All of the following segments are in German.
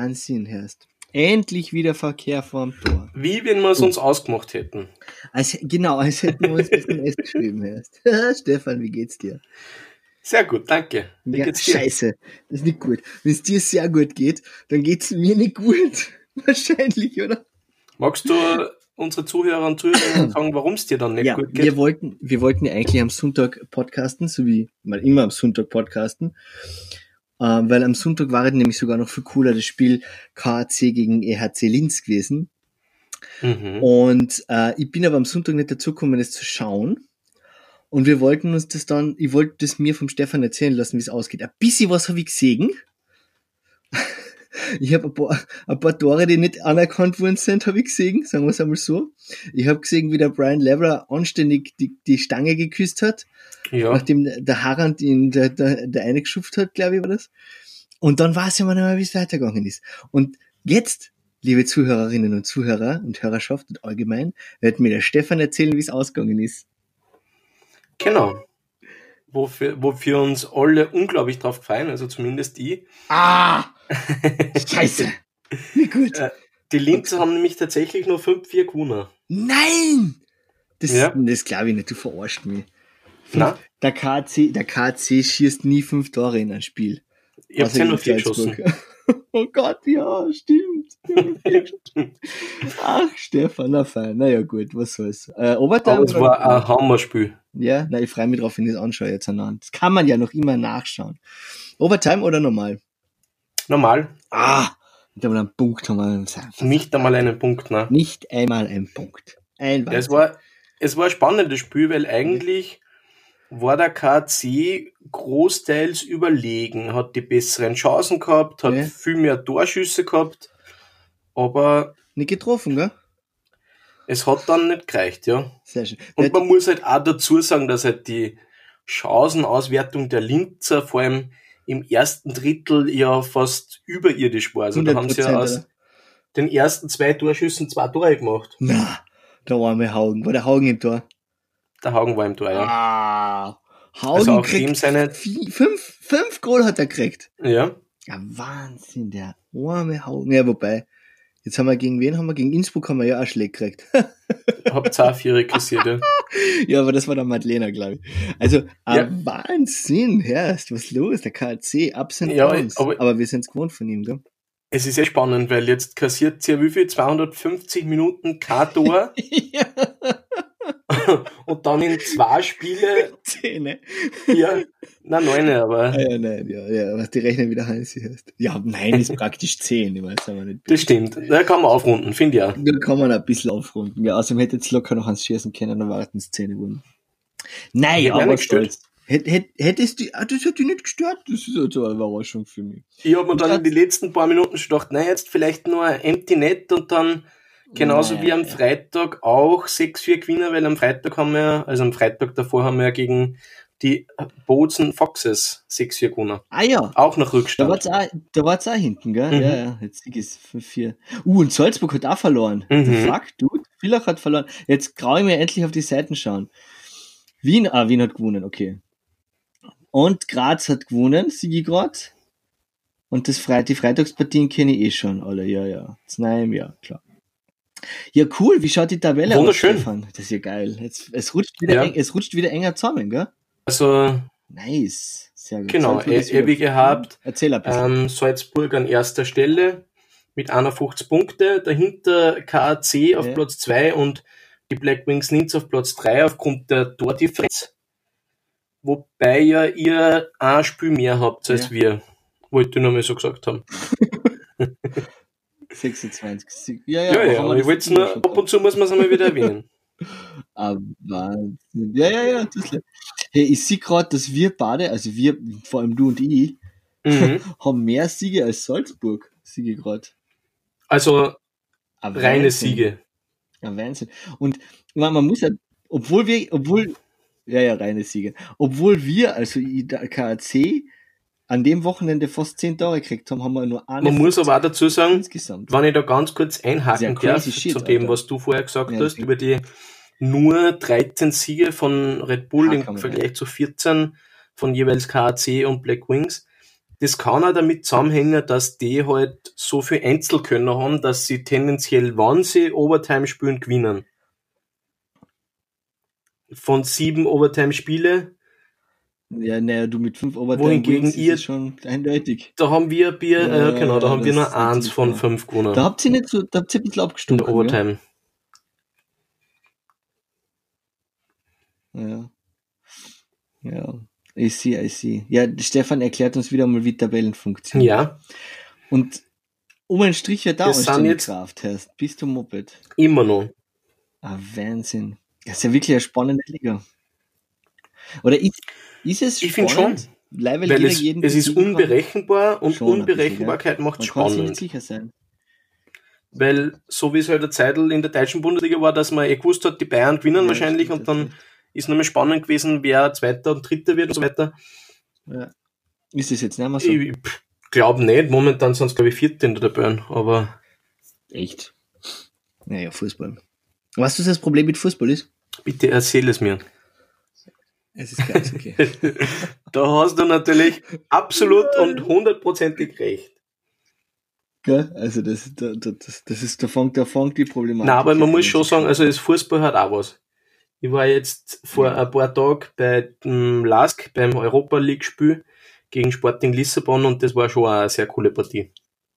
Wahnsinn, Herrst. Endlich wieder Verkehr vorm Tor. Wie wenn wir es uns ausgemacht hätten. Als hätten wir uns das SMS geschrieben, Herrst. Stefan, wie geht's dir? Sehr gut, danke. Wie Ja, geht's dir? scheiße, das ist nicht gut. Wenn es dir sehr gut geht, dann geht's mir nicht gut. Wahrscheinlich, oder? Magst du unsere Zuhörer und Zuhörerinnen sagen, warum es dir dann nicht Ja, gut geht? wir wollten ja eigentlich am Sonntag podcasten, so wie mal immer am Sonntag podcasten, weil am Sonntag war nämlich sogar noch viel cooler das Spiel KAC gegen EHC Linz gewesen. Mhm. Und ich bin aber am Sonntag nicht dazu gekommen, das zu schauen. Und wir wollten uns das dann, ich wollte das mir vom Stefan erzählen lassen, wie es ausgeht. Ein bisschen was habe ich gesehen. Ich habe ein paar Tore, die nicht anerkannt worden sind, habe ich gesehen, sagen wir es einmal so. Ich habe gesehen, wie der Brian Leveler anständig die Stange geküsst hat, Ja, nachdem der Harand ihn der eine geschupft hat, glaube ich, war das. Und dann weiß ich mir nicht mehr, wie es weitergegangen ist. Und jetzt, liebe Zuhörerinnen und Zuhörer und Hörerschaft und allgemein, wird mir der Stefan erzählen, wie es ausgegangen ist. genau. Wofür uns alle unglaublich drauf gefallen, also zumindest ich. Ah! Scheiße! Wie gut! Die Linzer haben nämlich tatsächlich nur 5-4 gewonnen. Nein! Das Ja. glaube ich nicht, du verarschst mich. Na, Der KC schießt nie 5 Tore in ein Spiel. ich habe Außer ja nur gegen 4 geschossen. Salzburg. Oh Gott, ja, stimmt. Ach, Stefan, na fein. Naja, gut, was soll's. Overtime? Aber es war ein Hammerspiel. Ja, na, ich freue mich drauf, wenn ich das anschaue jetzt anhand. Das kann man ja noch immer nachschauen. Overtime oder normal? Normal. Mit einem Punkt haben wir Nicht einmal einen Punkt, ne? nicht einmal ein Punkt. Ein Ja, es Wahnsinn. war ein spannendes Spiel, weil eigentlich war der KC großteils überlegen, hat die besseren Chancen gehabt, hat Ja. viel mehr Torschüsse gehabt, aber Nicht getroffen, gell? es hat dann nicht gereicht, ja. Sehr schön. Und man muss halt auch dazu sagen, dass halt die Chancenauswertung der Linzer vor allem im ersten Drittel ja fast überirdisch war. Also da haben sie ja 100%, aus oder? den ersten 2 Torschüssen 2 Tore gemacht. Na, der arme Haugen. War der Haugen im Tor? Der Haugen war im Tor, ja. Haugen Also auch kriegt dem seine- 5 Goal hat er gekriegt. Ja, Ja, Wahnsinn, der arme Haugen. Ja, wobei, jetzt haben wir gegen wen? Gegen Innsbruck haben wir ja auch Schläge gekriegt. hab 2-4 kassiert, ja. Ja, aber das war der Madlena, glaube ich. Also, Ja. Wahnsinn, Herrst, was ist los? Der KC, Ups and Ja, Downs. aber- Aber wir sind's gewohnt von ihm, gell? Es ist ja spannend, weil jetzt kassiert sie ja wie viel? 250 Minuten kein Tor Ja, und dann in 2 Spiele, 10, ja, 9, aber ja, nein, ja, was die rechnen wieder heiß heißt. Ja, nein, ist praktisch 10, ich weiß aber nicht. das stimmt. Da kann man aufrunden, finde ich auch. Da kann man ein bisschen aufrunden. Ja, außerdem hätte jetzt locker noch ans Schießen können, dann warten es 10 geworden. Nein, Hätte mich aber nicht gestört. stolz. Hättest du, das hat dich nicht gestört? Das ist also eine Überraschung für mich. Ich habe mir dann in die letzten paar Minuten schon gedacht, na jetzt vielleicht nur ein Empty Net und dann genauso wie am Freitag auch 6-4 gewinnen, weil am Freitag am Freitag davor haben wir ja gegen die Bozen Foxes 6-4 gewonnen. Ah ja, Auch nach da Rückstand. war's auch hinten, gell? Mhm. Ja, jetzt ist 5-4. Und Salzburg hat auch verloren. Mhm. The fuck, dude? Villach hat verloren. Jetzt graue ich mir endlich auf die Seiten schauen. Wien hat gewonnen, okay. Und Graz hat gewonnen, Sigigrad. Und die Freitagspartien kenne ich eh schon alle, ja. Znaim, ja, klar. Ja, cool, wie schaut die Tabelle Wunderschön. aus, Stefan? Das ist ja geil. Es rutscht wieder Ja. es rutscht wieder enger zusammen, gell? Also Nice. Sehr gut. genau, Salzburg ist wieder- wie gehabt, Erzähl ein bisschen. Salzburg an erster Stelle mit 51 Punkte, dahinter KAC auf Ja. Platz 2 und die Black Wings Linz auf Platz 3 aufgrund der Tordifferenz. Wobei ja ihr ein Spiel mehr habt als Ja. wir. Wollte ich nur mal so gesagt haben. 26. Ja, haben wir aber ich das wollte es immer nur, schon ab und zu muss man es einmal wieder erwähnen. Ah, Wahnsinn. Ja, das hey, ich sehe gerade, dass wir beide, also wir, vor allem du und ich, Mhm. haben mehr Siege als Salzburg. Siege gerade. Also reine Siege. Ja, Wahnsinn. Und man muss ja, reine Siege. Obwohl wir, also der KAC, an dem Wochenende fast 10 Tore gekriegt haben, haben wir nur eine Man muss aber auch dazu sagen, insgesamt. wenn ich da ganz kurz Das ist einhaken ja darf, crazy shit, zu dem, Alter. was du vorher gesagt Ja, hast, deswegen. über die nur 13 Siege von Red Bull im Kann man Vergleich zu 14 von jeweils KAC und Black Wings. Das kann auch damit zusammenhängen, dass die halt so viel Einzelkönner haben, dass sie tendenziell, wenn sie Overtime spielen, gewinnen. Von 7 Overtime-Spiele. Ja, naja, du mit 5 Overtime wohingegen Wins, ihr, ist schon eindeutig. da haben wir Bier, genau, da haben wir nur 1 von 5 gewonnen. Da habt ihr nicht so, da habt ihr ein bisschen In abgestunken. der Overtime. Ja. Ja. I see. Ja, Stefan erklärt uns wieder mal, wie Tabellen funktionieren. Ja. Und um einen Strich wird da Das sind anständig jetzt Kraft hast. Bist du Moped? immer noch. Ah, Wahnsinn. Das ist ja wirklich eine spannende Liga. Oder ist es Ich finde spannend? schon, Weil weil jeder es ist besiegen kann? unberechenbar und Schon ein bisschen, Unberechenbarkeit macht Man kann sich nicht spannend. sicher sein. Weil, so wie es halt eine Zeit in der deutschen Bundesliga war, dass man gewusst hat, die Bayern gewinnen Ja, wahrscheinlich stimmt, und dann das ist nochmal spannend gewesen, wer Zweiter und Dritter wird und so weiter. ja. Ist das jetzt nicht mehr so? Ich glaube nicht, momentan sind es glaube ich Vierte in der Tabelle, aber Echt? Naja, Fußball. Weißt du, was das Problem mit Fußball ist? bitte erzähl es mir. Es ist ganz okay. Da hast du natürlich absolut und 100%ig recht. Gell? Also das ist, da fängt die Problematik. Nein, aber man muss an. schon sagen, also das Fußball hat auch was. Ich war jetzt vor ein paar Tagen bei dem LASK, beim Europa League Spiel gegen Sporting Lissabon und das war schon eine sehr coole Partie.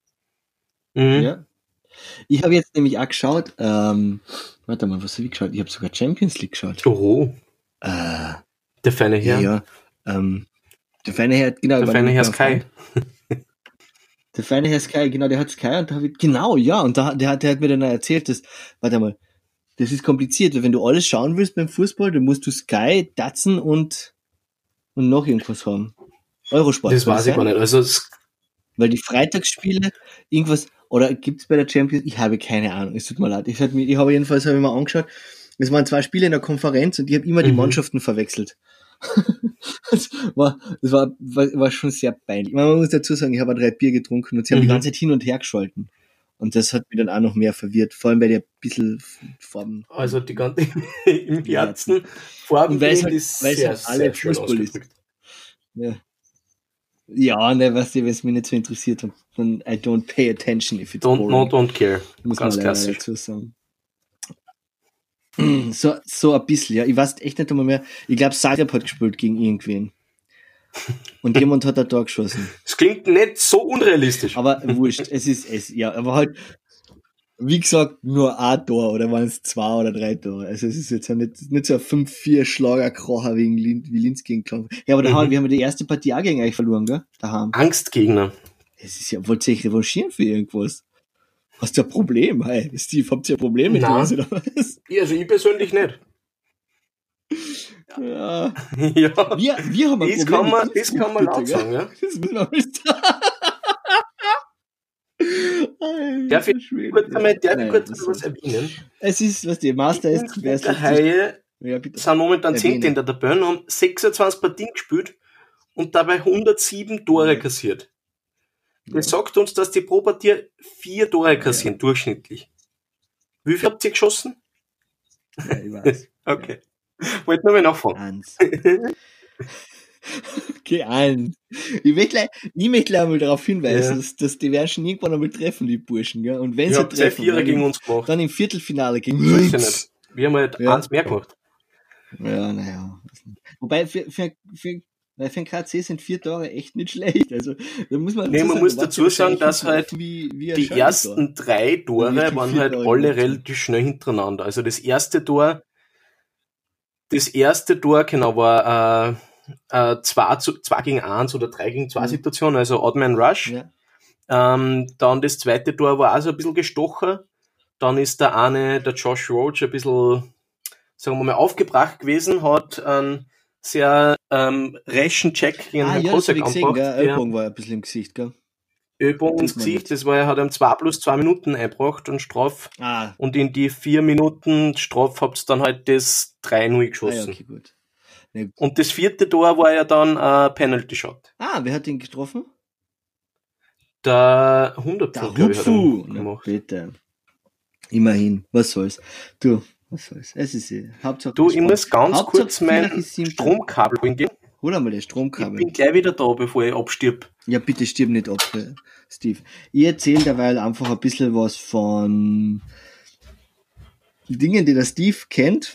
Mhm. Ja. Ich habe jetzt nämlich auch geschaut, warte mal, was habe ich geschaut? Ich habe sogar Champions League geschaut. Oh, der feine Herr. Ja, der feine Herr, genau. Der feine Herr Sky. Der feine Herr Sky, genau, der hat Sky und da habe ich, genau, ja, und der hat mir dann erzählt, dass, warte mal, das ist kompliziert, weil wenn du alles schauen willst beim Fußball, dann musst du Sky, Datsen und noch irgendwas haben. Eurosport. Das weiß ich gar nicht. Also weil die Freitagsspiele irgendwas, oder gibt's bei der Champions, ich habe keine Ahnung, es tut mir leid. Ich habe jedenfalls mal angeschaut, es waren 2 Spiele in der Konferenz und ich habe immer die Mannschaften verwechselt. Das war schon sehr peinlich. Man muss dazu sagen, ich habe 3 Bier getrunken und sie haben die ganze Zeit hin und her geschalten. Und das hat mich dann auch noch mehr verwirrt, vor allem bei der bisschen Farben. Also die ganze im Herzen Farben weil ist halt sehr, alle sehr schön Fußball ist. ausgedrückt. Ja, ne, weißt du, wenn es mich nicht so interessiert, dann I don't pay attention if it's boring. Don't care. Muss Ganz man leider klassisch. dazu sagen. So ein bisschen, ja. Ich weiß echt nicht einmal mehr. Ich glaube, Zagreb hat gespielt gegen irgendwen. Und jemand hat da Tor geschossen. Es klingt nicht so unrealistisch. Aber wurscht, aber halt, wie gesagt, nur ein Tor oder waren es 2 oder 3 Tore. Also es ist jetzt ja nicht so ein 5-4 Schlagerkrocher wie Linz gegen Klang. Ja, aber wir haben die erste Partie auch gegen euch verloren, gell? Daheim. Angstgegner. Es ist ja, wollt ihr euch revanchieren für irgendwas? Hast du ein Problem? Hey, Steve, habt ihr ein Problem mit uns oder was? Also ich persönlich nicht. Ja. Ja. Wir haben ein Das Problem. das kann man laut sagen, ja. Das müssen wir mal sagen. Darf ich kurz einmal was erwähnen? Es ist, was die Master ist, wer ist der Haie ja, bitte. sind momentan 10. in der Tabelle, haben 26 Partien gespielt und dabei 107 Tore kassiert. Das sagt uns, dass die pro Partie 4 Tore kassieren, durchschnittlich. Wie viel habt ihr geschossen? Ja, ich weiß. Okay. Wollte nur mal nachfragen. 1. Okay, 1. Ich möchte gleich mal darauf hinweisen, dass die werden schon irgendwann einmal treffen, die Burschen, gell? Und wenn sie treffen, 2-4 gegen uns gemacht. dann im Viertelfinale gegen So ist ja uns. nicht. Wir haben halt 1 mehr gemacht. Ja, naja. Wobei, für ein KC sind 4 Tore echt nicht schlecht. Also, da muss man, man muss dazu sagen, dass halt die ersten 3 Tore waren halt alle relativ schnell hintereinander. Also das erste Tor, genau, war 2 gegen 1 oder 3 gegen 2 Situation, also Oddman Rush. Ja. Dann das zweite Tor war auch so ein bisschen gestochen. Dann ist der Josh Roach, ein bisschen, sagen wir mal, aufgebracht gewesen, hat einen sehr raschen Check gegen den Kosek angebracht. Ellbogen war ein bisschen im Gesicht, gell? Ellbogen ins Gesicht, er hat ihm 2+2 Minuten eingebracht und Straf. Und in die 4 Minuten Straf habt ihr dann halt das 3-0 geschossen. Okay, gut. Nee. Und das 4. Tor war ja dann ein Penalty-Shot. Wer hat den getroffen? Der 100 glaube ich, hat er gemacht. Bitte. Immerhin, was soll's. Du, was soll's. Es ist Hauptsache. Ich muss ganz kurz mein Stromkabel hingehen. Hol einmal das Ich Stromkabel. bin gleich wieder da, bevor ich abstirb. Ja, bitte stirb nicht ab, Steve. Ich erzähle derweil einfach ein bisschen was von Dingen, die der Steve kennt.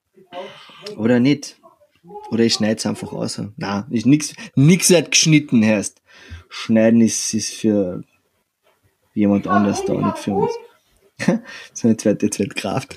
Oder nicht. Oder ich schneide es einfach aus. Na, nix wird geschnitten heißt. Schneiden ist für jemand anders da, nicht für uns. So eine zweite Kraft.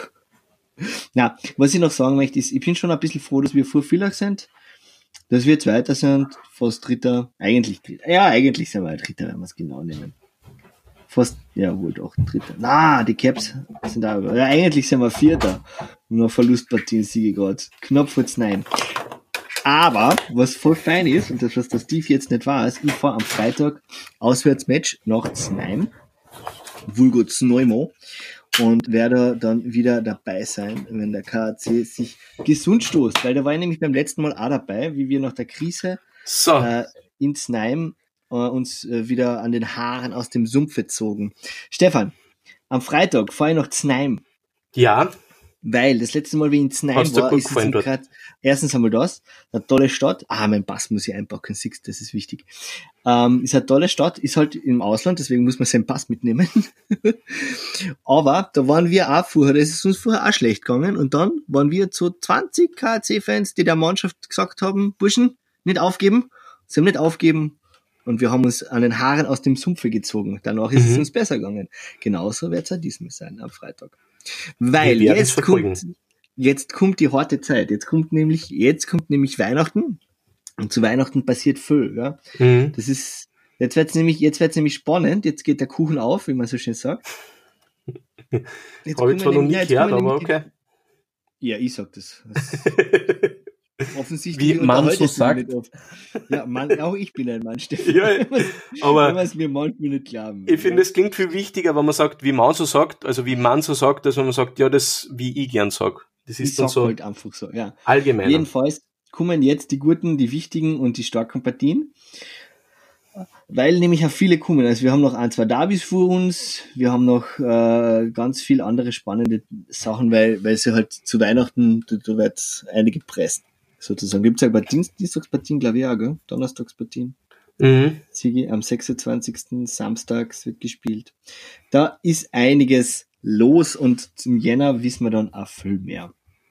Na, was ich noch sagen möchte, ist, ich bin schon ein bisschen froh, dass wir vor Villach sind, dass wir Zweiter sind, fast Dritter, eigentlich Dritter. Ja, eigentlich sind wir Dritter, wenn wir es genau nehmen. Fast, ja, wohl doch, Dritter. Na, die Caps sind da, ja, eigentlich sind wir Vierter. Nur Verlustpartien, Siege gerade. Knapp vor 9. Aber, was voll fein ist, und das, was der Steve jetzt nicht weiß, ich fahre am Freitag Auswärtsmatch nach Znaim, vulgo Znojmo, und werde dann wieder dabei sein, wenn der KAC sich gesund stoßt. Weil da war ich nämlich beim letzten Mal auch dabei, wie wir nach der Krise in Znaim uns wieder an den Haaren aus dem Sumpf gezogen. Stefan, am Freitag fahre ich nach Znaim. Ja. Weil das letzte Mal, wie ich in Znaim war, ist es gerade erstens einmal das, eine tolle Stadt. Mein Pass muss ich einpacken, siehst, das ist wichtig. Ist eine tolle Stadt, ist halt im Ausland, deswegen muss man seinen Pass mitnehmen. Aber da waren wir auch vorher, das ist uns vorher auch schlecht gegangen, und dann waren wir zu 20 KAC-Fans, die der Mannschaft gesagt haben, Burschen, nicht aufgeben. Sie haben nicht aufgeben, und wir haben uns an den Haaren aus dem Sumpfe gezogen. Danach ist es uns besser gegangen. Genauso wird es auch diesmal sein, am Freitag. Weil jetzt kommt die harte Zeit. Jetzt kommt nämlich Weihnachten. Und zu Weihnachten passiert viel, ja. Das ist, jetzt wird's nämlich spannend. Jetzt geht der Kuchen auf, wie man so schön sagt. Habe ich zwar noch nie gehört, aber okay. Ja, ich sag das. Offensichtlich. Wie man so sagt. Ja, auch ich bin ein Mann, Stefan. Ja, aber wenn man es mir manchmal nicht glauben. Ich finde, es klingt viel wichtiger, wenn man sagt, wie man so sagt, als wenn man sagt, ja, das, wie ich gern sag. Das ist dann so. Halt einfach so, ja. Allgemein. Jedenfalls kommen jetzt die guten, die wichtigen und die starken Partien. Weil nämlich auch viele kommen. Also wir haben noch 1, 2 Derbys vor uns, wir haben noch ganz viel andere spannende Sachen, weil sie halt zu Weihnachten, da wird einige presst. Sozusagen. Gibt es ja Dienstagspartien, glaube ich auch, gell? Donnerstagspartien. Sigi, am 26. samstags wird gespielt. Da ist einiges los, und zum Jänner wissen wir dann auch viel mehr.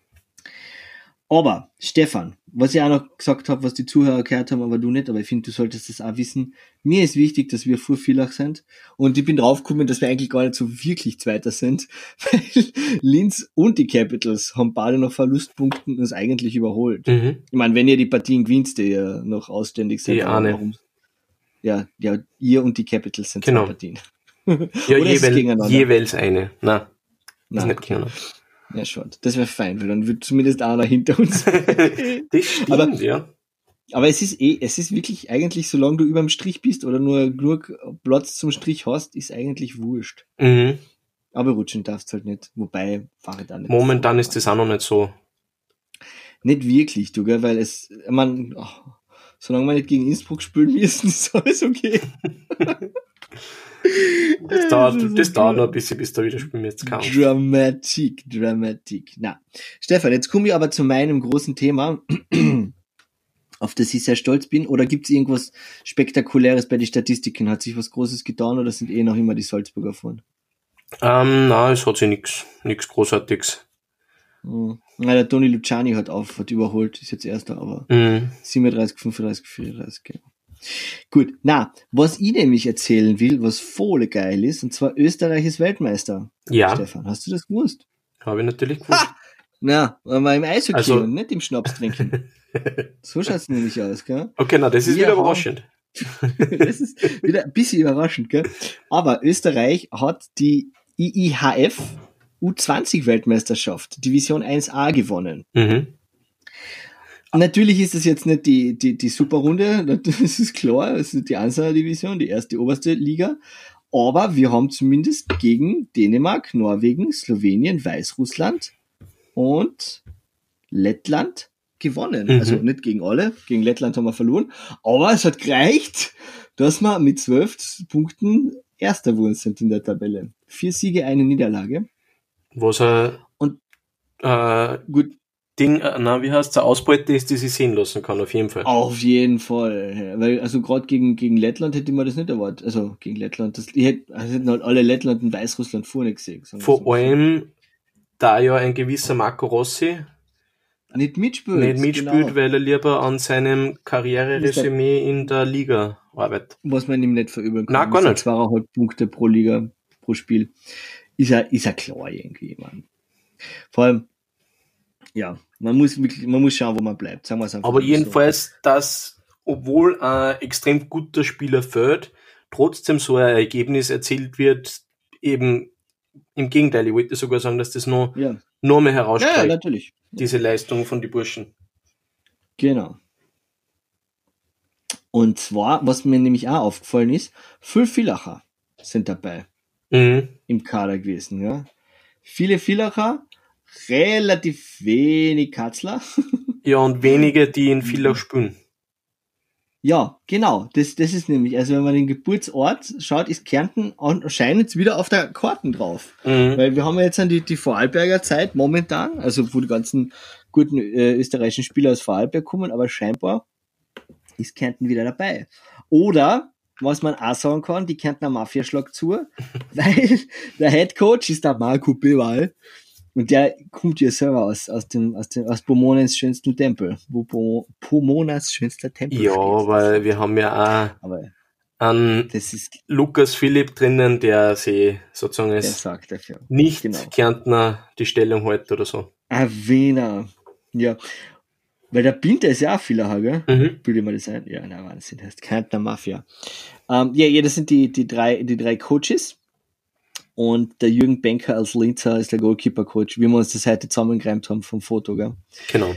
Aber, Stefan, was ich auch noch gesagt habe, was die Zuhörer gehört haben, aber du nicht, aber ich finde, du solltest das auch wissen. Mir ist wichtig, dass wir vor Villach sind, und ich bin draufgekommen, dass wir eigentlich gar nicht so wirklich Zweiter sind, weil Linz und die Capitals haben beide noch Verlustpunkten uns eigentlich überholt. Ich meine, wenn ihr die Partien gewinnt, die ihr noch ausständig seid. Ja, ihr und die Capitals sind 2 Partien. Ja, jeweils eine. Nein, ist nicht gegeneinander. Ja, schon. Das wäre fein, weil dann wird zumindest einer hinter uns. Das stimmt, ja. Aber es ist wirklich eigentlich, solange du über dem Strich bist oder nur Platz zum Strich hast, ist eigentlich wurscht. Aber rutschen darfst halt nicht. Wobei, fahre da nicht. Momentan ist das auch noch nicht so. Nicht wirklich, du, gell, weil solange wir nicht gegen Innsbruck spielen müssen, ist alles okay. Das dauert noch ein bisschen, bis da wieder spielen jetzt kann. Dramatik. Na, Stefan, jetzt komme ich aber zu meinem großen Thema, auf das ich sehr stolz bin. Oder gibt es irgendwas Spektakuläres bei den Statistiken? Hat sich was Großes getan, oder sind noch immer die Salzburger vorn? Nein, es hat sich nichts Großartiges. Na, der Toni Luciani hat überholt, ist jetzt Erster, aber 37, 35, 34, genau. Gut, was ich nämlich erzählen will, was voll geil ist, und zwar Österreich ist Weltmeister. Ja. Stefan, hast du das gewusst? Habe ich natürlich gewusst. Na, mal im Eishockey und nicht im Schnaps trinken. So schaut's nämlich aus, gell? Okay, das ist wieder überraschend. Das ist wieder ein bisschen überraschend, gell? Aber Österreich hat die IIHF U20-Weltmeisterschaft, Division 1A, gewonnen. Natürlich ist es jetzt nicht die Superrunde, das ist klar, es ist die Ansar-Division, die erste oberste Liga, aber wir haben zumindest gegen Dänemark, Norwegen, Slowenien, Weißrussland und Lettland gewonnen. Also nicht gegen alle, gegen Lettland haben wir verloren, aber es hat gereicht, dass wir mit 12 Punkten Erster geworden sind in der Tabelle. 4 Siege, 1 Niederlage. Gut. wie heißt der Ausbeute ist, die sich sehen lassen kann, auf jeden Fall. Auf jeden Fall. Ja. Weil, also gerade gegen Lettland hätte ich mir das nicht erwartet. Also gegen Lettland. Hätten halt alle Lettland und Weißrussland vorne gesehen. Vor allem, da ja ein gewisser Marco Rossi nicht mitspielt, genau. Weil er lieber an seinem Karriereresümee in der Liga arbeitet. Was man ihm nicht verübeln kann. Nein, gar nicht. 2,5 Punkte pro Liga, pro Spiel. Ist ja klar irgendwie, man. Vor allem, ja, man muss schauen, wo man bleibt. Sagen wir es einfach. Aber jedenfalls, so. Dass, obwohl ein extrem guter Spieler fällt, trotzdem so ein Ergebnis erzielt wird, eben im Gegenteil. Ich wollte sogar sagen, dass das noch mehr heraussteigt. Ja, natürlich. Diese Leistung von den Burschen. Genau. Und zwar, was mir nämlich auch aufgefallen ist, 5 Villacher sind dabei im Kader gewesen. Ja. Viele Villacher, relativ wenig Katzler. Ja, und wenige, die in Villach spielen. Ja, genau. Das ist nämlich, also wenn man den Geburtsort schaut, ist Kärnten anscheinend wieder auf der Karten drauf. Weil wir haben ja jetzt die Vorarlberger Zeit momentan, also wo die ganzen guten österreichischen Spieler aus Vorarlberg kommen, aber scheinbar ist Kärnten wieder dabei. Oder, was man auch sagen kann, die Kärntner Mafia schlägt zu, weil der Headcoach ist der Marco Bewal. Und der kommt ja selber aus Pomonas schönsten Tempel, wo Pomonas schönster Tempel ja, steht. Weil wir haben ja auch einen Lukas Philipp drinnen, der sich sozusagen nicht Kärntner die Stellung hält oder so. Ein Wiener. Ja. Weil der Pinter ist ja auch Villacher, gell? Bilde ich mal das ein? Ja, na Wahnsinn, heißt Kärntner Mafia. Das sind die drei Coaches. Und der Jürgen Benker als Linzer ist der Goalkeeper-Coach, wie wir uns das heute zusammengereimt haben vom Foto, gell? Genau.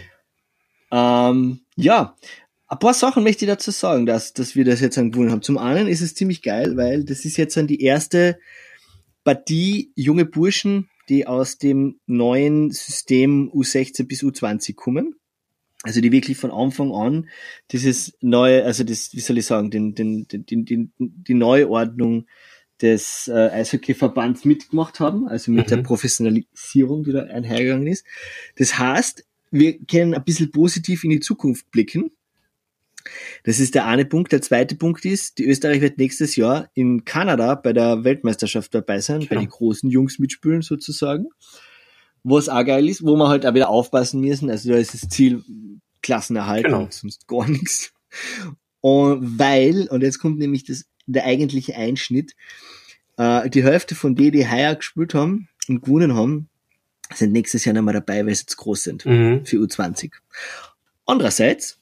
Ein paar Sachen möchte ich dazu sagen, dass wir das jetzt gewonnen haben. Zum einen ist es ziemlich geil, weil das ist jetzt die erste Partie junge Burschen, die aus dem neuen System U16 bis U20 kommen. Also die wirklich von Anfang an dieses neue, also das, wie soll ich sagen, die Neuordnung des Eishockeyverbands mitgemacht haben, also mit der Professionalisierung, die da einhergegangen ist. Das heißt, wir können ein bisschen positiv in die Zukunft blicken. Das ist der eine Punkt. Der zweite Punkt ist, die Österreich wird nächstes Jahr in Kanada bei der Weltmeisterschaft dabei sein, bei den großen Jungs mitspielen sozusagen. Was auch geil ist, wo wir halt auch wieder aufpassen müssen. Also da ist das Ziel Klassenerhalt und sonst gar nichts. Und jetzt kommt nämlich der eigentliche Einschnitt, die Hälfte von denen, die heuer gespielt haben und gewonnen haben, sind nächstes Jahr nicht mehr dabei, weil sie jetzt groß sind für U20. Andererseits,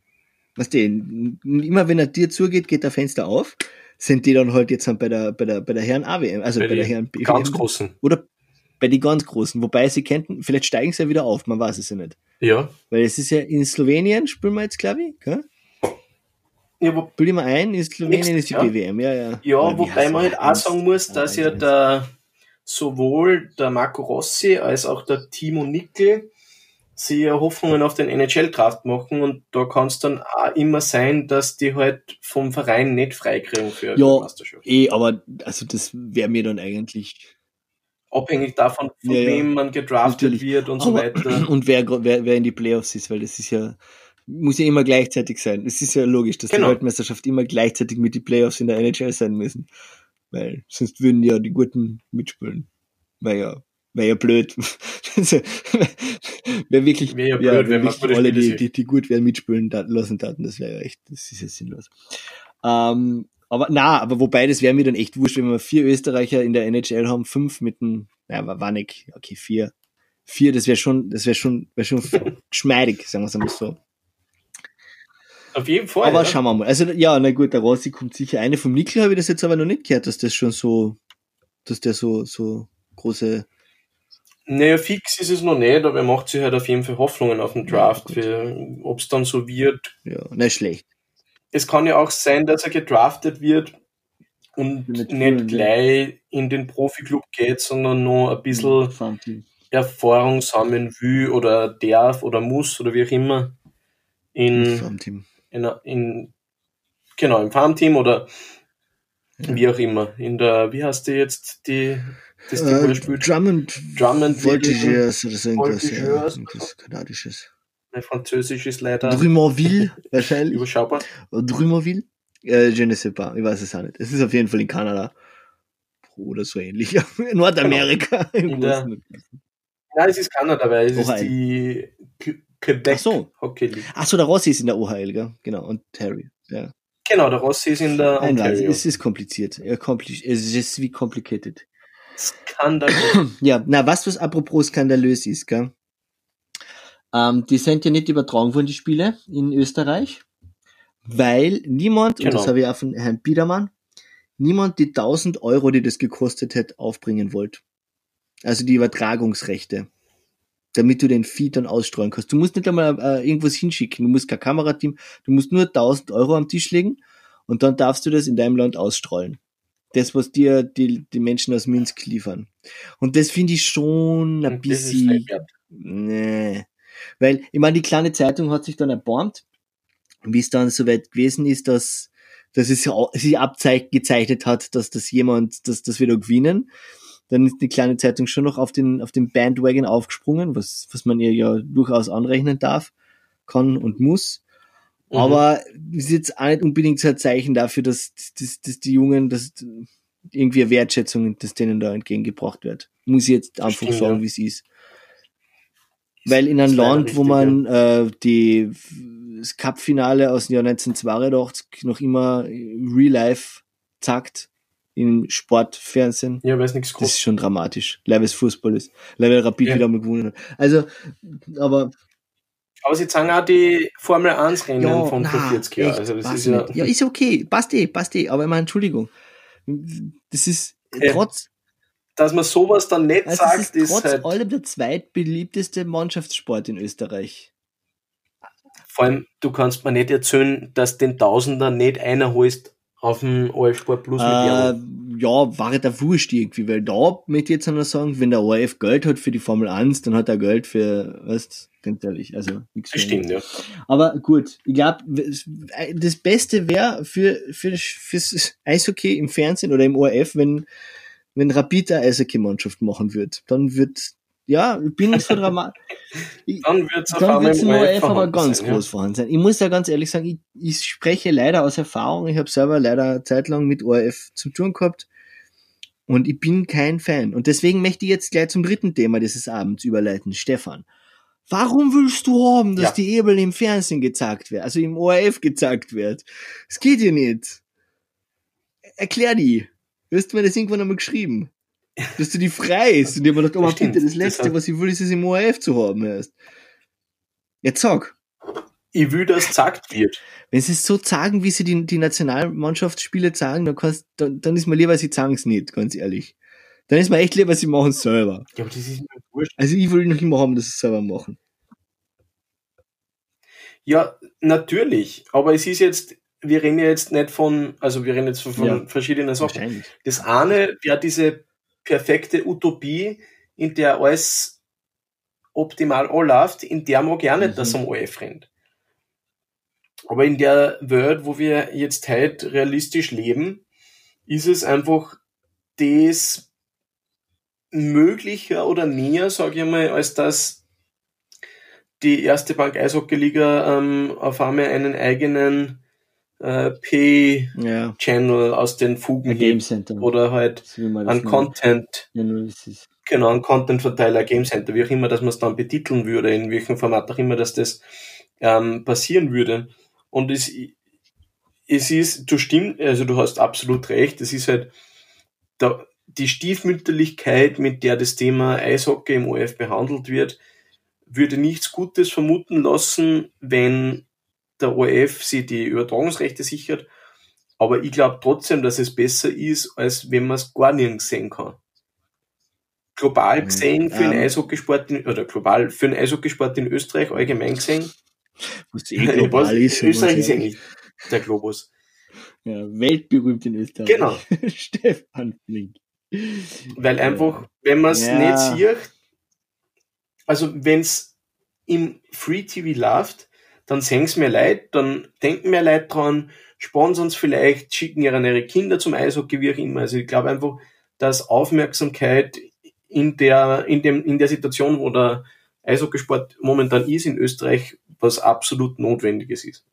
immer wenn er dir zugeht, geht der Fenster auf, sind die dann halt jetzt bei der Herren AWM, also bei der Herren BWM. Ganz Großen. Oder bei den ganz Großen, wobei sie könnten, vielleicht steigen sie ja wieder auf, man weiß es ja nicht. Ja. Weil es ist ja in Slowenien, spielen wir jetzt, glaube ich, gell? Ja, bild ich mal ein, in Slowenien ist die BWM, ja. Ja, wobei man halt auch sagen muss, dass ja sowohl der Marco Rossi als auch der Timo Nickel sich Hoffnungen auf den NHL-Draft machen und da kann es dann auch immer sein, dass die halt vom Verein nicht freikriegen für die Meisterschaft. Aber also das wäre mir dann eigentlich abhängig davon, von wem man gedraftet wird und so weiter. Und wer in die Playoffs ist, weil das ist muss ja immer gleichzeitig sein. Es ist ja logisch, dass die Weltmeisterschaft immer gleichzeitig mit den Playoffs in der NHL sein müssen. Weil sonst würden ja die Guten mitspielen. Wäre ja blöd. Wäre wirklich blöd, wenn man alle, die gut wären, mitspielen lassen taten. Das wäre ja echt, das ist ja sinnlos. Aber wobei, das wäre mir dann echt wurscht, wenn wir 4 Österreicher in der NHL haben, 5 mit dem, Wanek, okay, 4. 4, das wäre schon geschmeidig, sagen wir es einmal so. Auf jeden Fall. Aber schauen wir mal. Also, na gut, der Rossi kommt sicher. Eine vom Nickel habe ich das jetzt aber noch nicht gehört, dass das schon dass der so große. Naja, fix ist es noch nicht, aber er macht sich halt auf jeden Fall Hoffnungen auf den Draft, ob es dann so wird. Ja, nicht schlecht. Es kann ja auch sein, dass er gedraftet wird und nicht gleich in den Profiklub geht, sondern noch ein bisschen Erfahrung sammeln will oder darf oder muss oder wie auch immer im Farmteam oder Wie auch immer. Wie heißt die jetzt, das Ding, wo er spielt? Drummond Voltigeurs oder so irgendwas. Ja, Voltigeurs. irgendwas Kanadisches. Mein Französisch ist leider Drummondville, wahrscheinlich. überschaubar. Drummondville? Je ne sais pas. Ich weiß es auch nicht. Es ist auf jeden Fall in Kanada. Oder so ähnlich. Nordamerika. Genau. Nein, es ist Kanada, weil es ist die Quebec Hockey League. Achso, der Rossi ist in der OHL, gell? Genau. Und Terry. Ja. Genau, der Rossi ist in der Ontario. Es ist kompliziert. Es ist wie complicated. Skandalös. Ja, na, was apropos skandalös ist, gell? Die sind ja nicht übertragen worden, die Spiele in Österreich, weil niemand, und das habe ich auch von Herrn Biedermann, niemand die 1.000 Euro, die das gekostet hätte, aufbringen wollte. Also die Übertragungsrechte, damit du den Feed dann ausstreuen kannst. Du musst nicht einmal irgendwas hinschicken, du musst kein Kamerateam, du musst nur 1.000 Euro am Tisch legen und dann darfst du das in deinem Land ausstrahlen. Das, was dir die Menschen aus Minsk liefern. Und das finde ich schon ein bisschen... Nee. Weil, ich meine, die kleine Zeitung hat sich dann erbarmt, wie es dann soweit gewesen ist, dass es sich gezeichnet hat, dass das wir da gewinnen. Dann ist die kleine Zeitung schon noch auf den Bandwagon aufgesprungen, was man ihr ja durchaus anrechnen darf, kann und muss. Aber es ist jetzt auch nicht unbedingt so ein Zeichen dafür, dass die Jungen, dass irgendwie eine Wertschätzung, dass denen da entgegengebracht wird. Muss ich jetzt einfach sagen, wie es ist. Weil in einem Land, richtig, wo man das Cup-Finale aus dem Jahr 1982 noch immer real life zackt, im Sportfernsehen. Ja, weil es nichts Das ist schon dramatisch. Leider es Fußball ist. Leider Rapid wieder mal gewonnen hat. Also, aber sie zeigen auch die Formel 1 Rennen von vor 40 Jahren. Also das ist ja, ist okay. Passt eh. Aber ich meine, Entschuldigung. Das ist trotz... Dass man sowas dann nicht sagt, ist trotz halt allem der zweitbeliebteste Mannschaftssport in Österreich. Vor allem, du kannst mir nicht erzählen, dass den Tausender nicht einer holst auf dem ORF Sport Plus mit Werbung. Ja, war da wurscht irgendwie, weil da möchte ich jetzt noch sagen, wenn der ORF Geld hat für die Formel 1, dann hat er Geld für, weißt du, ganz ehrlich, also nichts. Das stimmt, ja. Aber gut, ich glaube, das Beste wäre fürs Eishockey im Fernsehen oder im ORF, wenn Rapid eine Eishockey-Mannschaft machen wird, dann wird, ja, ich bin nicht so dramatisch. Dann wird's im ORF aber ganz groß vorhanden sein. Ich muss ja ganz ehrlich sagen, ich spreche leider aus Erfahrung, ich habe selber leider eine Zeit lang mit ORF zu tun gehabt und ich bin kein Fan. Und deswegen möchte ich jetzt gleich zum dritten Thema dieses Abends überleiten. Stefan, warum willst du haben, dass die Ebel im Fernsehen gezeigt wird, also im ORF gezeigt wird? Das geht ja nicht. Erklär die. Du hast mir das irgendwann einmal geschrieben. Dass du die frei ist. Und ich habe mir gedacht, bitte, das Letzte, was ich will, ist es im ORF zu haben erst. Jetzt sag. Ich will, dass gesagt wird. Wenn sie es so sagen, wie sie die Nationalmannschaftsspiele sagen, dann ist mir lieber, sie sagen es nicht, ganz ehrlich. Dann ist mir echt lieber, sie machen es selber. Ja, aber das ist mir wurscht. Also ich will noch immer haben, dass sie es selber machen. Ja, natürlich. Aber es ist jetzt, wir reden jetzt von verschiedenen Sachen. Das eine wäre diese perfekte Utopie, in der alles optimal anläuft, in der mag ich auch nicht, dass am ORF rennt. Aber in der Welt, wo wir jetzt heute realistisch leben, ist es einfach das möglicher oder näher, sage ich mal, als dass die erste Bank Eishockey-Liga auf einmal einen eigenen P-Channel aus den Fugen hebt oder halt an Content, an Content-Verteiler, Game Center, wie auch immer, dass man es dann betiteln würde, in welchem Format auch immer, dass das passieren würde. Und es ist, du hast absolut recht, es ist halt die Stiefmütterlichkeit, mit der das Thema Eishockey im ORF behandelt wird, würde nichts Gutes vermuten lassen, wenn der ORF sich die Übertragungsrechte sichert. Aber ich glaube trotzdem, dass es besser ist, als wenn man es gar nirgends sehen kann. Global gesehen für den Eishockeysport global für den Eishockeysport in Österreich allgemein gesehen. Was global ist. Österreich ist eigentlich der Globus. Ja, weltberühmt in Österreich. Genau. Stefan Flink. Weil einfach, wenn man es nicht sieht, also wenn es im Free TV läuft, dann sehen es mehr Leute, dann denken mehr Leute dran, sponsern es vielleicht, schicken ihre Kinder zum Eishockey, wie auch immer. Also ich glaube einfach, dass Aufmerksamkeit in der Situation, wo der Eishockeysport momentan ist in Österreich, was absolut Notwendiges ist.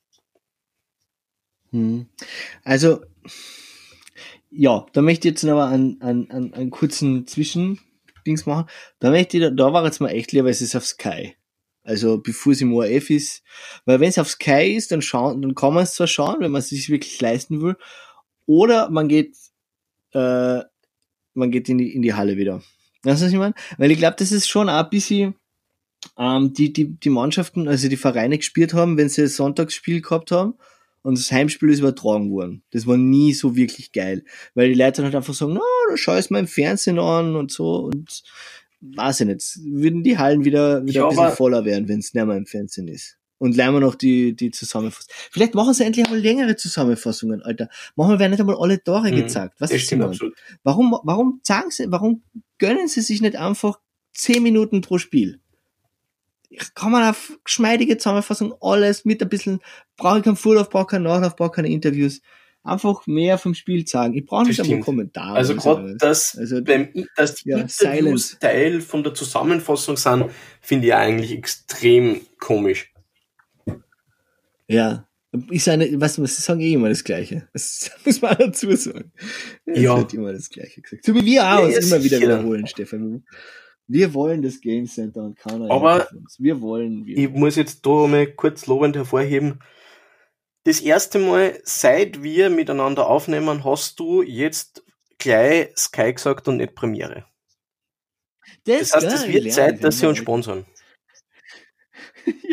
Also, ja, da möchte ich jetzt noch einen kurzen Zwischendings machen. Da war jetzt mal echt lieber, es ist auf Sky. Also, bevor es im ORF ist. Weil wenn es auf Sky ist, dann kann man es zwar schauen, wenn man es sich wirklich leisten will. Oder man geht in die Halle wieder. Weißt du, was ich meine? Weil ich glaube, das ist schon auch ein bisschen, die Mannschaften, also die Vereine gespielt haben, wenn sie ein Sonntagsspiel gehabt haben und das Heimspiel ist übertragen worden. Das war nie so wirklich geil. Weil die Leute dann halt einfach sagen, da schau ich mal im Fernsehen an und so und weiß ich nicht. Würden die Hallen wieder ein bisschen voller werden, wenn es nicht mehr im Fernsehen ist. Und lernen wir noch die Zusammenfassung. Vielleicht machen sie endlich einmal längere Zusammenfassungen, Alter. Manchmal werden nicht einmal alle Tore gezeigt. Was ist das? Warum gönnen sie sich nicht einfach 10 Minuten pro Spiel? Kann man auf geschmeidige Zusammenfassung alles mit ein bisschen, brauche ich keinen Vorlauf, brauche keinen Nachlauf, brauche keine Interviews. Einfach mehr vom Spiel sagen. Ich brauche nicht einmal Kommentare. Also gerade dass die Interviews Teil von der Zusammenfassung sind, finde ich eigentlich extrem komisch. Ja, sie sagen eh immer das Gleiche. Das muss man dazu sagen. Es wird immer das Gleiche gesagt. So wie wir auch immer wieder wiederholen, Stefan. Wir wollen das Game Center und keiner aber uns. Ich muss jetzt da mal kurz lobend hervorheben. Das erste Mal, seit wir miteinander aufnehmen, hast du jetzt gleich Sky gesagt und nicht Premiere. Das heißt, es wird Zeit, dass sie uns sponsern. Ja.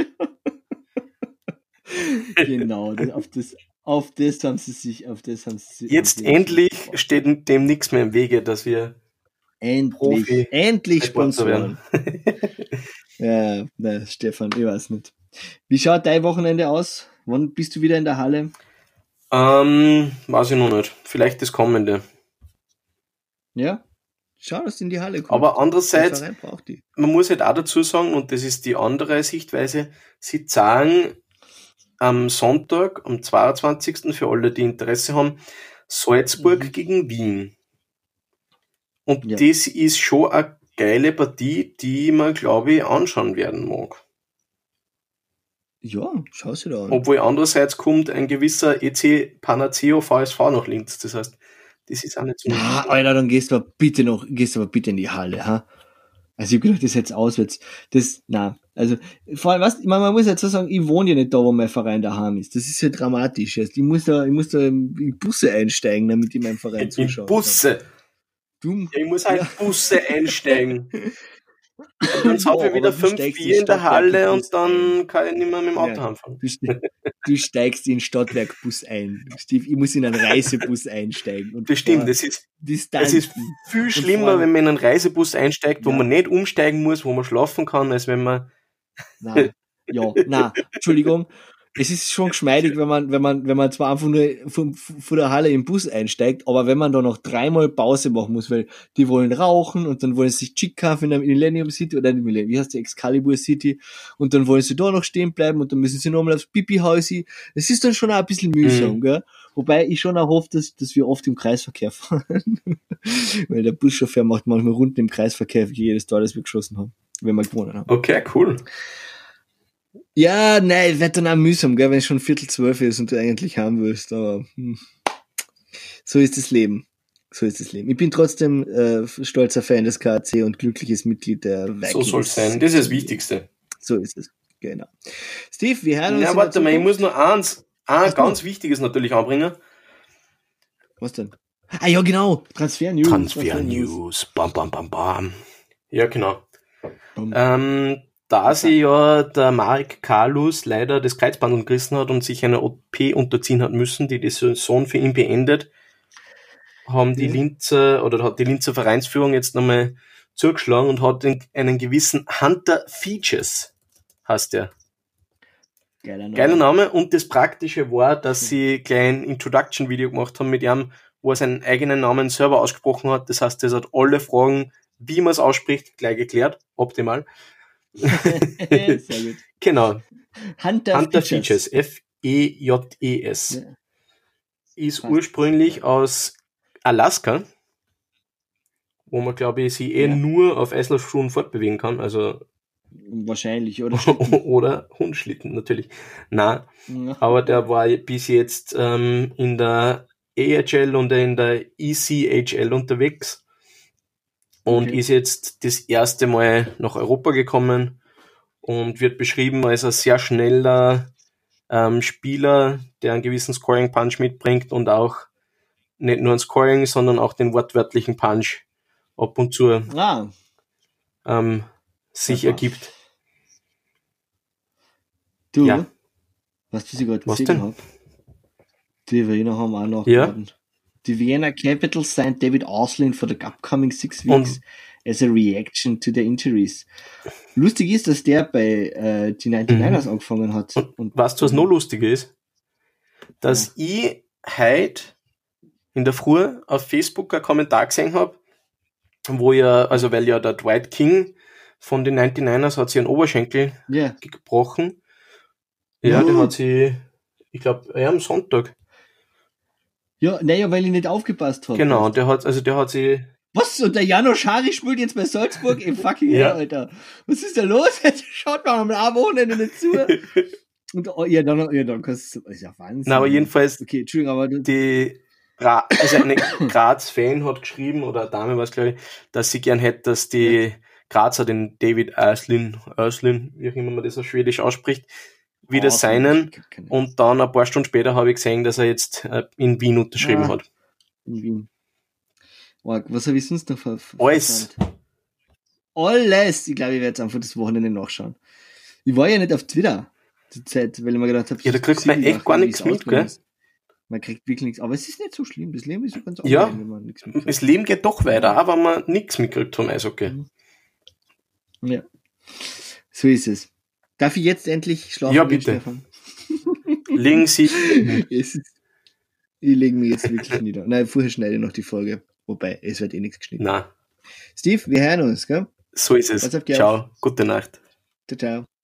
Genau, auf das haben sie sich. Jetzt endlich steht dem nichts mehr im Wege, dass wir endlich Sponsoren werden. Ja, Stefan, ich weiß nicht. Wie schaut dein Wochenende aus? Wann bist du wieder in der Halle? Weiß ich noch nicht. Vielleicht das kommende. Ja? Schau, dass du in die Halle kommst. Aber andererseits, man muss halt auch dazu sagen, und das ist die andere Sichtweise, sie zahlen am Sonntag, am 22. für alle, die Interesse haben, Salzburg gegen Wien. Und das ist schon eine geile Partie, die man, glaube ich, anschauen werden mag. Ja, schau sie da an. Obwohl andererseits kommt ein gewisser EC Panaceo VSV nach Linz. Das heißt, das ist auch nicht so. Alter, dann gehst du aber bitte in die Halle, ha? Also ich hab gedacht, das ist jetzt auswärts. Vor allem, man muss jetzt so sagen, ich wohne ja nicht da, wo mein Verein daheim ist. Das ist ja dramatisch. Also ich muss da in Busse einsteigen, damit ich meinem Verein zuschaue. In Busse? Ich muss halt in Busse einsteigen. Und dann habe ich wieder 5 Bier in der Halle und dann kann ich nicht mehr mit dem Auto heimfahren. Du steigst in den Stadtwerkbus ein. Steve, ich muss in einen Reisebus einsteigen. Und das stimmt, es ist viel schlimmer, wenn man in einen Reisebus einsteigt, wo man nicht umsteigen muss, wo man schlafen kann, als wenn man... Entschuldigung. Es ist schon geschmeidig, wenn man zwar einfach nur von der Halle im Bus einsteigt, aber wenn man da noch 3-mal Pause machen muss, weil die wollen rauchen und dann wollen sie sich Chick kaufen in der Millennium City oder wie heißt die Excalibur City und dann wollen sie da noch stehen bleiben und dann müssen sie nochmal aufs Pipi-Hausi. Es ist dann schon auch ein bisschen mühsam, gell? Wobei ich schon auch hoffe, dass wir oft im Kreisverkehr fahren. Weil der Buschauffeur macht manchmal Runden im Kreisverkehr für jedes Tor, das wir geschossen haben, wenn wir gewonnen haben. Okay, cool. Ja, nein, wird dann auch mühsam, gell, wenn es schon 11:45 ist und du eigentlich haben willst, aber so ist das Leben. Ich bin trotzdem stolzer Fan des KAC und glückliches Mitglied der Vikings. So soll es sein, das ist das Wichtigste. So ist es, genau. Steve, wir hören uns. Ja, warte mal, ich muss noch ganz Wichtiges natürlich anbringen. Was denn? Ah ja, genau, Transfer News. Bam, bam, bam, bam. Ja, genau. Da sie ja der Marek Kalus leider das Kreuzband gerissen hat und sich einer OP unterziehen hat müssen, die Saison für ihn beendet, hat die Linzer Vereinsführung jetzt nochmal zugeschlagen und hat einen gewissen Hunter Features, heißt der. Geiler Name. Und das Praktische war, dass sie gleich ein Introduction-Video gemacht haben mit ihm, wo er seinen eigenen Namen selber ausgesprochen hat. Das heißt, das hat alle Fragen, wie man es ausspricht, gleich geklärt. Optimal. Sehr gut. Genau. Hunter Features. Fejes. Ja. Ist Passt. ursprünglich aus Alaska, wo man, glaube ich, sich nur auf Eislaufschuhen fortbewegen kann. Also Wahrscheinlich, oder Schlitten. oder Hundschlitten natürlich. Na, Ja. aber der war bis jetzt in der AHL und in der ECHL unterwegs und Okay. ist jetzt das erste Mal nach Europa gekommen und wird beschrieben als ein sehr schneller Spieler, der einen gewissen Scoring-Punch mitbringt und auch nicht nur ein Scoring, sondern auch den wortwörtlichen Punch ab und zu sich ergibt. Du, Ja. weißt du, was ich gerade Was gesehen denn? habe? Die Wiener haben auch nachgeladen. Die Vienna Capitals signed David Auslin for the upcoming 6 weeks as a reaction to the injuries. Lustig ist, dass der bei die 99ers angefangen hat. Und weißt du, was noch lustiger ist? Dass ich heute in der Früh auf Facebook einen Kommentar gesehen habe, wo weil ja der Dwight King von den 99ers hat sich einen Oberschenkel gebrochen. Ja, der hat sich, ich glaube, am Sonntag. Ja, naja, weil ich nicht aufgepasst habe. Genau, der hat sich... Was? Und der Janosch Schari spielt jetzt bei Salzburg im fucking Jahr, Alter. Was ist da los? Jetzt schaut man am Wochenende nicht zu. Und dann kannst du... ist ja Wahnsinn. Na, aber jedenfalls... Okay, Entschuldigung, aber... eine Graz-Fan hat geschrieben, oder eine Dame war es, glaube ich, dass sie gern hätte, dass die Grazer den David Auslin, wie auch immer man das auf Schwedisch ausspricht, wieder signen. Und dann ein paar Stunden später habe ich gesehen, dass er jetzt in Wien unterschrieben hat. In Wien. Was habe ich sonst noch Alles. Alles! Ich glaube, ich werde jetzt einfach das Wochenende nachschauen. Ich war ja nicht auf Twitter zur Zeit, weil ich mir gedacht habe... Ja, da kriegt man echt gar nichts mit, gell? Man kriegt wirklich nichts. Aber es ist nicht so schlimm. Das Leben ist so ganz angenehm, wenn man nichts mitkriegt. Das Leben geht doch weiter, auch wenn man nichts mitkriegt vom Eishockey. Ja. So ist es. Darf ich jetzt endlich schlafen? Ja, bitte. Legen Sie... Ich lege mich jetzt wirklich nieder. Nein, vorher schneide ich noch die Folge. Wobei, es wird eh nichts geschnitten. Nein. Steve, wir hören uns, gell? So ist es. Ciao. Gute Nacht. Ciao, ciao.